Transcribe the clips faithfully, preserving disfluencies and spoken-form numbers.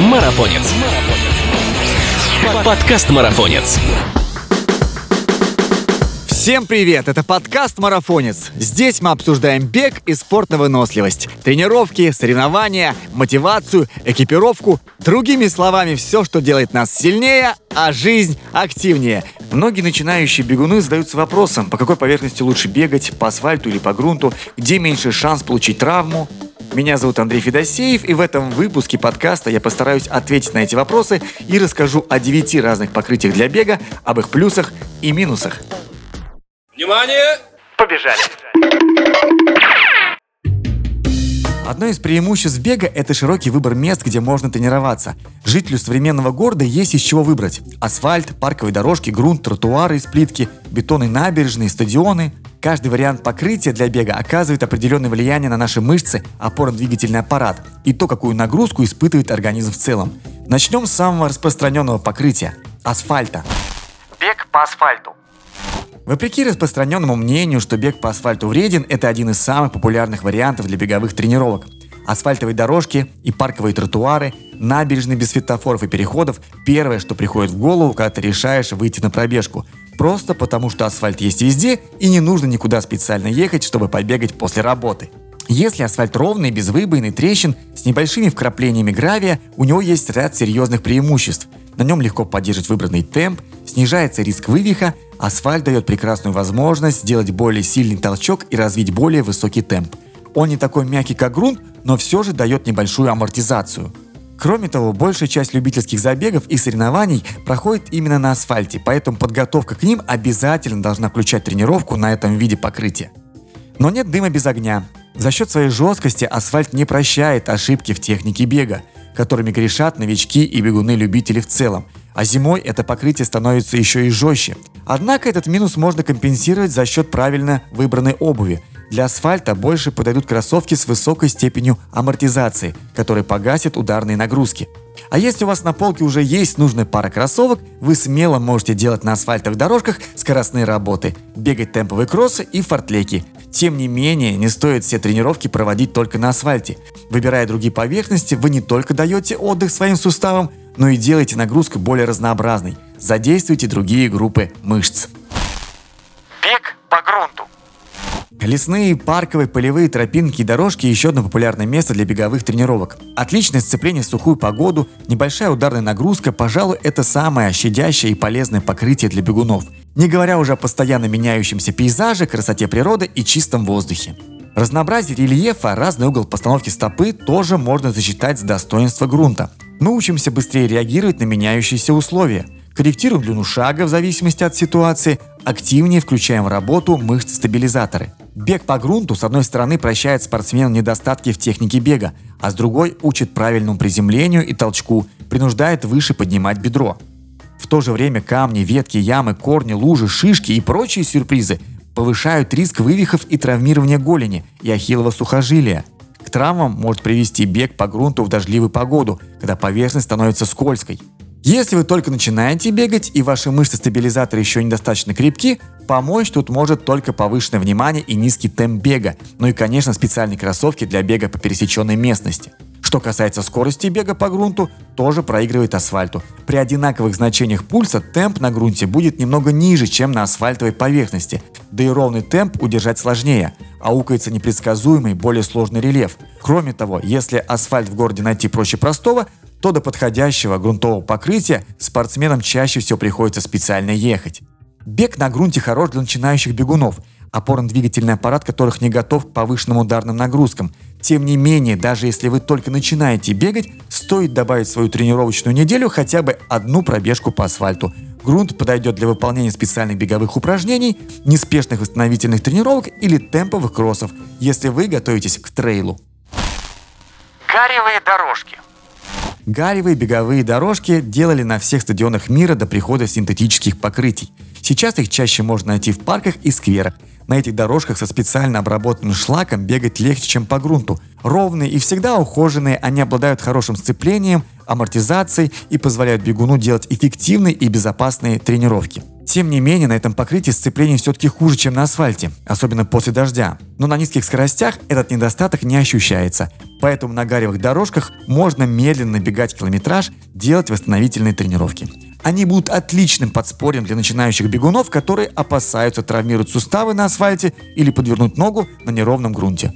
Марафонец. Подкаст Марафонец. Всем привет! Это подкаст «Марафонец». Здесь мы обсуждаем бег и спорт на выносливость. Тренировки, соревнования, мотивацию, экипировку. Другими словами, все, что делает нас сильнее, а жизнь активнее. Многие начинающие бегуны задаются вопросом, по какой поверхности лучше бегать, по асфальту или по грунту, где меньше шанс получить травму. Меня зовут Андрей Федосеев, и в этом выпуске подкаста я постараюсь ответить на эти вопросы и расскажу о девяти разных покрытиях для бега, об их плюсах и минусах. Внимание! Побежали! Одно из преимуществ бега – это широкий выбор мест, где можно тренироваться. Жителю современного города есть из чего выбрать. Асфальт, парковые дорожки, грунт, тротуары из плитки, бетонные набережные, стадионы. Каждый вариант покрытия для бега оказывает определенное влияние на наши мышцы, опорно-двигательный аппарат и то, какую нагрузку испытывает организм в целом. Начнем с самого распространенного покрытия – асфальта. Бег по асфальту. Вопреки распространенному мнению, что бег по асфальту вреден, это один из самых популярных вариантов для беговых тренировок. Асфальтовые дорожки и парковые тротуары, набережные без светофоров и переходов – первое, что приходит в голову, когда ты решаешь выйти на пробежку. Просто потому, что асфальт есть везде и не нужно никуда специально ехать, чтобы побегать после работы. Если асфальт ровный, без выбоин и трещин, с небольшими вкраплениями гравия, у него есть ряд серьезных преимуществ. На нем легко поддерживать выбранный темп, снижается риск вывиха, асфальт дает прекрасную возможность сделать более сильный толчок и развить более высокий темп. Он не такой мягкий, как грунт, но все же дает небольшую амортизацию. Кроме того, большая часть любительских забегов и соревнований проходит именно на асфальте, поэтому подготовка к ним обязательно должна включать тренировку на этом виде покрытия. Но нет дыма без огня. За счет своей жесткости асфальт не прощает ошибки в технике бега, которыми грешат новички и бегуны-любители в целом. А зимой это покрытие становится еще и жестче. Однако этот минус можно компенсировать за счет правильно выбранной обуви. Для асфальта больше подойдут кроссовки с высокой степенью амортизации, которые погасят ударные нагрузки. А если у вас на полке уже есть нужная пара кроссовок, вы смело можете делать на асфальтовых дорожках скоростные работы, бегать темповые кроссы и фортлеки. Тем не менее, не стоит все тренировки проводить только на асфальте. Выбирая другие поверхности, вы не только даете отдых своим суставам, но и делаете нагрузку более разнообразной. Задействуйте другие группы мышц. Бег по грунту. Лесные, парковые, полевые тропинки и дорожки – еще одно популярное место для беговых тренировок. Отличное сцепление в сухую погоду, небольшая ударная нагрузка – пожалуй, это самое щадящее и полезное покрытие для бегунов. Не говоря уже о постоянно меняющемся пейзаже, красоте природы и чистом воздухе. Разнообразие рельефа, разный угол постановки стопы тоже можно засчитать за достоинство грунта. Мы учимся быстрее реагировать на меняющиеся условия. Корректируем длину шага в зависимости от ситуации, активнее включаем в работу мышцы-стабилизаторы. Бег по грунту, с одной стороны, прощает спортсмену недостатки в технике бега, а с другой учит правильному приземлению и толчку, принуждает выше поднимать бедро. В то же время камни, ветки, ямы, корни, лужи, шишки и прочие сюрпризы повышают риск вывихов и травмирования голени и ахиллова сухожилия. К травмам может привести бег по грунту в дождливую погоду, когда поверхность становится скользкой. Если вы только начинаете бегать и ваши мышцы-стабилизаторы еще недостаточно крепки, помочь тут может только повышенное внимание и низкий темп бега, ну и, конечно, специальные кроссовки для бега по пересеченной местности. Что касается скорости бега по грунту, тоже проигрывает асфальту. При одинаковых значениях пульса темп на грунте будет немного ниже, чем на асфальтовой поверхности, да и ровный темп удержать сложнее, аукается непредсказуемый, более сложный рельеф. Кроме того, если асфальт в городе найти проще простого, то до подходящего грунтового покрытия спортсменам чаще всего приходится специально ехать. Бег на грунте хорош для начинающих бегунов, опорно-двигательный аппарат которых не готов к повышенным ударным нагрузкам. Тем не менее, даже если вы только начинаете бегать, стоит добавить в свою тренировочную неделю хотя бы одну пробежку по асфальту. Грунт подойдет для выполнения специальных беговых упражнений, неспешных восстановительных тренировок или темповых кроссов, если вы готовитесь к трейлу. Гаревые дорожки. Гаревые беговые дорожки делали на всех стадионах мира до прихода синтетических покрытий. Сейчас их чаще можно найти в парках и скверах. На этих дорожках со специально обработанным шлаком бегать легче, чем по грунту. Ровные и всегда ухоженные, они обладают хорошим сцеплением, амортизацией и позволяют бегуну делать эффективные и безопасные тренировки. Тем не менее, на этом покрытии сцепление все-таки хуже, чем на асфальте, особенно после дождя. Но на низких скоростях этот недостаток не ощущается, поэтому на гаревых дорожках можно медленно набегать километраж, делать восстановительные тренировки. Они будут отличным подспорьем для начинающих бегунов, которые опасаются травмировать суставы на асфальте или подвернуть ногу на неровном грунте.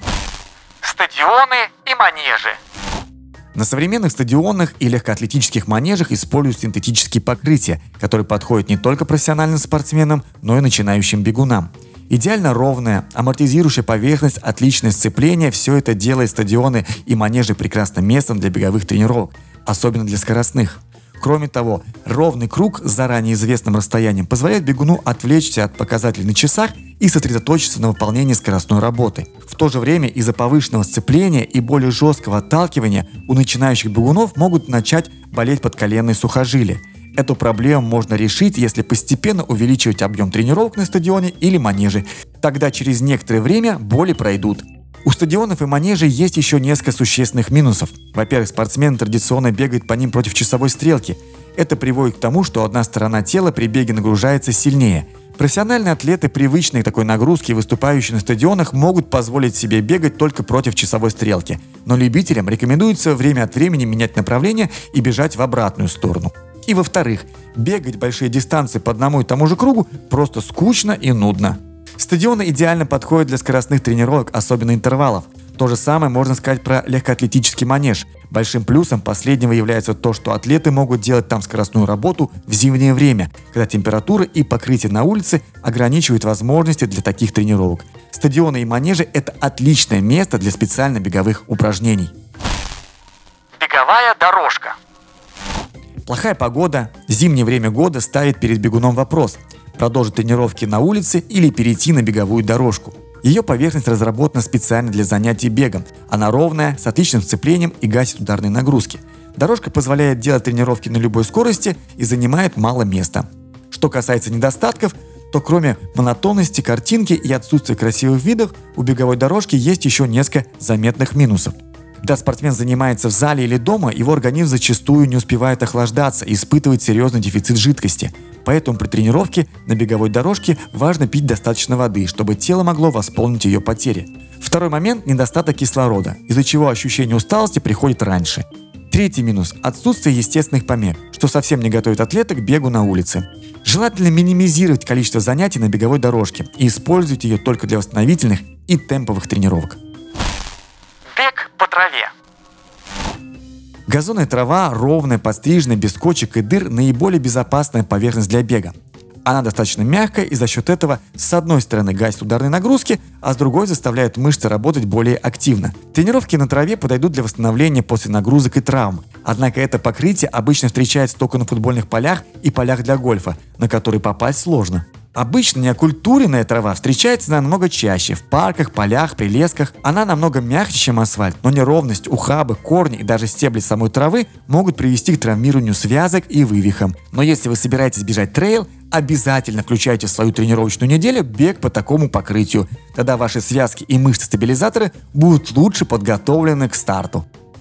Стадионы и манежи. На современных стадионах и легкоатлетических манежах используют синтетические покрытия, которые подходят не только профессиональным спортсменам, но и начинающим бегунам. Идеально ровная, амортизирующая поверхность, отличное сцепление – все это делает стадионы и манежи прекрасным местом для беговых тренировок, особенно для скоростных. Кроме того, ровный круг с заранее известным расстоянием позволяет бегуну отвлечься от показателей на часах и сосредоточиться на выполнении скоростной работы. В то же время из-за повышенного сцепления и более жесткого отталкивания у начинающих бегунов могут начать болеть подколенные сухожилия. Эту проблему можно решить, если постепенно увеличивать объем тренировок на стадионе или манеже. Тогда через некоторое время боли пройдут. У стадионов и манежей есть еще несколько существенных минусов. Во-первых, спортсмен традиционно бегает по ним против часовой стрелки. Это приводит к тому, что одна сторона тела при беге нагружается сильнее. Профессиональные атлеты, привычные к такой нагрузке и выступающие на стадионах, могут позволить себе бегать только против часовой стрелки. Но любителям рекомендуется время от времени менять направление и бежать в обратную сторону. И во-вторых, бегать большие дистанции по одному и тому же кругу просто скучно и нудно. Стадионы идеально подходят для скоростных тренировок, особенно интервалов. То же самое можно сказать про легкоатлетический манеж. Большим плюсом последнего является то, что атлеты могут делать там скоростную работу в зимнее время, когда температура и покрытие на улице ограничивают возможности для таких тренировок. Стадионы и манежи – это отличное место для специально беговых упражнений. Беговая дорожка. Плохая погода, зимнее время года ставит перед бегуном вопрос – продолжить тренировки на улице или перейти на беговую дорожку. Ее поверхность разработана специально для занятий бегом. Она ровная, с отличным сцеплением и гасит ударные нагрузки. Дорожка позволяет делать тренировки на любой скорости и занимает мало места. Что касается недостатков, то кроме монотонности картинки и отсутствия красивых видов, у беговой дорожки есть еще несколько заметных минусов. Когда спортсмен занимается в зале или дома, его организм зачастую не успевает охлаждаться и испытывает серьезный дефицит жидкости. Поэтому при тренировке на беговой дорожке важно пить достаточно воды, чтобы тело могло восполнить ее потери. Второй момент – недостаток кислорода, из-за чего ощущение усталости приходит раньше. Третий минус – отсутствие естественных помех, что совсем не готовит атлета к бегу на улице. Желательно минимизировать количество занятий на беговой дорожке и использовать ее только для восстановительных и темповых тренировок. Бег по траве. Газонная трава, ровная, подстриженная, без кочек и дыр – наиболее безопасная поверхность для бега. Она достаточно мягкая и за счет этого с одной стороны гасит ударные нагрузки, а с другой заставляет мышцы работать более активно. Тренировки на траве подойдут для восстановления после нагрузок и травм. Однако это покрытие обычно встречается только на футбольных полях и полях для гольфа, на которые попасть сложно. Обычно неокультуренная трава встречается намного чаще в парках, полях, прилесках. Она намного мягче, чем асфальт, но неровность, ухабы, корни и даже стебли самой травы могут привести к травмированию связок и вывихам. Но если вы собираетесь бежать трейл, обязательно включайте в свою тренировочную неделю бег по такому покрытию. Тогда ваши связки и мышцы-стабилизаторы будут лучше подготовлены к старту.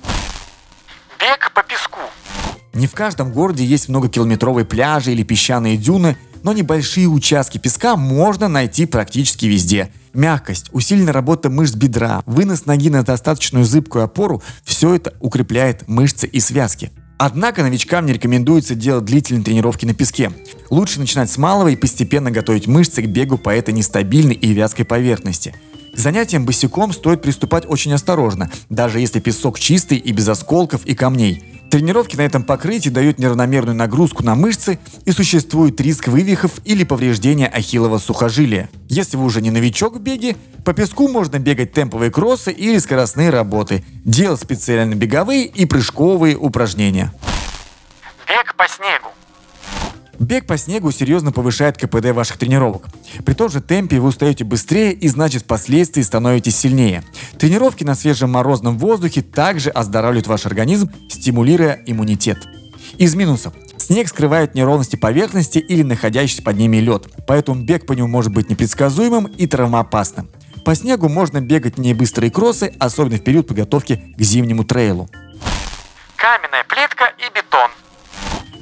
Бег по песку. Не в каждом городе есть многокилометровые пляжи или песчаные дюны, но небольшие участки песка можно найти практически везде. Мягкость, усиленная работа мышц бедра, вынос ноги на достаточную зыбкую опору – все это укрепляет мышцы и связки. Однако новичкам не рекомендуется делать длительные тренировки на песке. Лучше начинать с малого и постепенно готовить мышцы к бегу по этой нестабильной и вязкой поверхности. К занятиям босиком стоит приступать очень осторожно, даже если песок чистый и без осколков и камней. Тренировки на этом покрытии дают неравномерную нагрузку на мышцы и существует риск вывихов или повреждения ахиллова сухожилия. Если вы уже не новичок в беге, по песку можно бегать темповые кроссы или скоростные работы, делать специально беговые и прыжковые упражнения. Бег по снегу. Бег по снегу серьезно повышает ка пэ дэ ваших тренировок. При том же темпе вы устаете быстрее и, значит, впоследствии становитесь сильнее. Тренировки на свежем морозном воздухе также оздоравливают ваш организм, стимулируя иммунитет. Из минусов. Снег скрывает неровности поверхности или находящийся под ними лед, поэтому бег по нему может быть непредсказуемым и травмоопасным. По снегу можно бегать не быстрые кроссы, особенно в период подготовки к зимнему трейлу. Каменная плитка и бетон.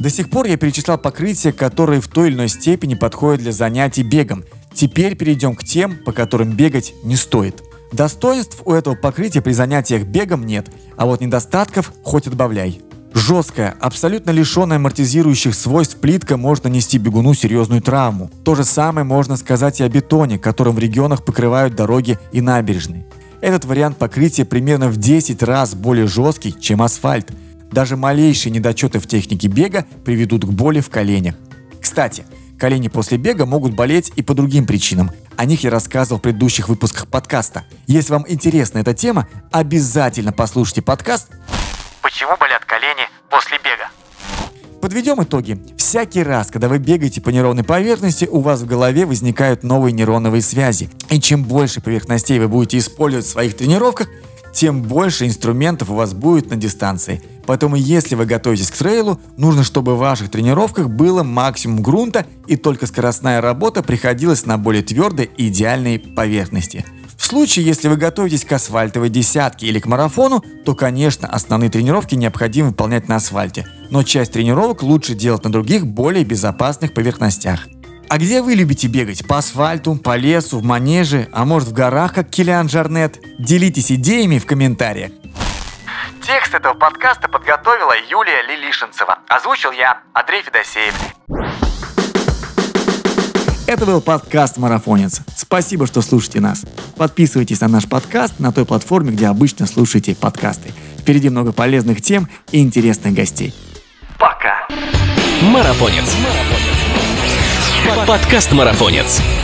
До сих пор я перечислял покрытия, которые в той или иной степени подходят для занятий бегом. Теперь перейдем к тем, по которым бегать не стоит. Достоинств у этого покрытия при занятиях бегом нет, а вот недостатков хоть отбавляй. Жесткая, абсолютно лишенная амортизирующих свойств плитка может нанести бегуну серьезную травму. То же самое можно сказать и о бетоне, которым в регионах покрывают дороги и набережные. Этот вариант покрытия примерно в десять раз более жесткий, чем асфальт. Даже малейшие недочеты в технике бега приведут к боли в коленях. Кстати, колени после бега могут болеть и по другим причинам. О них я рассказывал в предыдущих выпусках подкаста. Если вам интересна эта тема, обязательно послушайте подкаст Почему болят колени после бега? Подведем итоги. Всякий раз, когда вы бегаете по неровной поверхности, у вас в голове возникают новые нейроновые связи. И чем больше поверхностей вы будете использовать в своих тренировках, тем больше инструментов у вас будет на дистанции. Поэтому, если вы готовитесь к трейлу, нужно, чтобы в ваших тренировках было максимум грунта, и только скоростная работа приходилась на более твердой и идеальной поверхности. В случае, если вы готовитесь к асфальтовой десятке или к марафону, то, конечно, основные тренировки необходимо выполнять на асфальте, но часть тренировок лучше делать на других, более безопасных поверхностях. А где вы любите бегать? По асфальту, по лесу, в манеже, а может в горах, как Килиан Жарнет? Делитесь идеями в комментариях. Текст этого подкаста подготовила Юлия Лилишинцева. Озвучил я, Андрей Федосеев. Это был подкаст «Марафонец». Спасибо, что слушаете нас. Подписывайтесь на наш подкаст на той платформе, где обычно слушаете подкасты. Впереди много полезных тем и интересных гостей. Пока. Марафонец. Подкаст «Марафонец».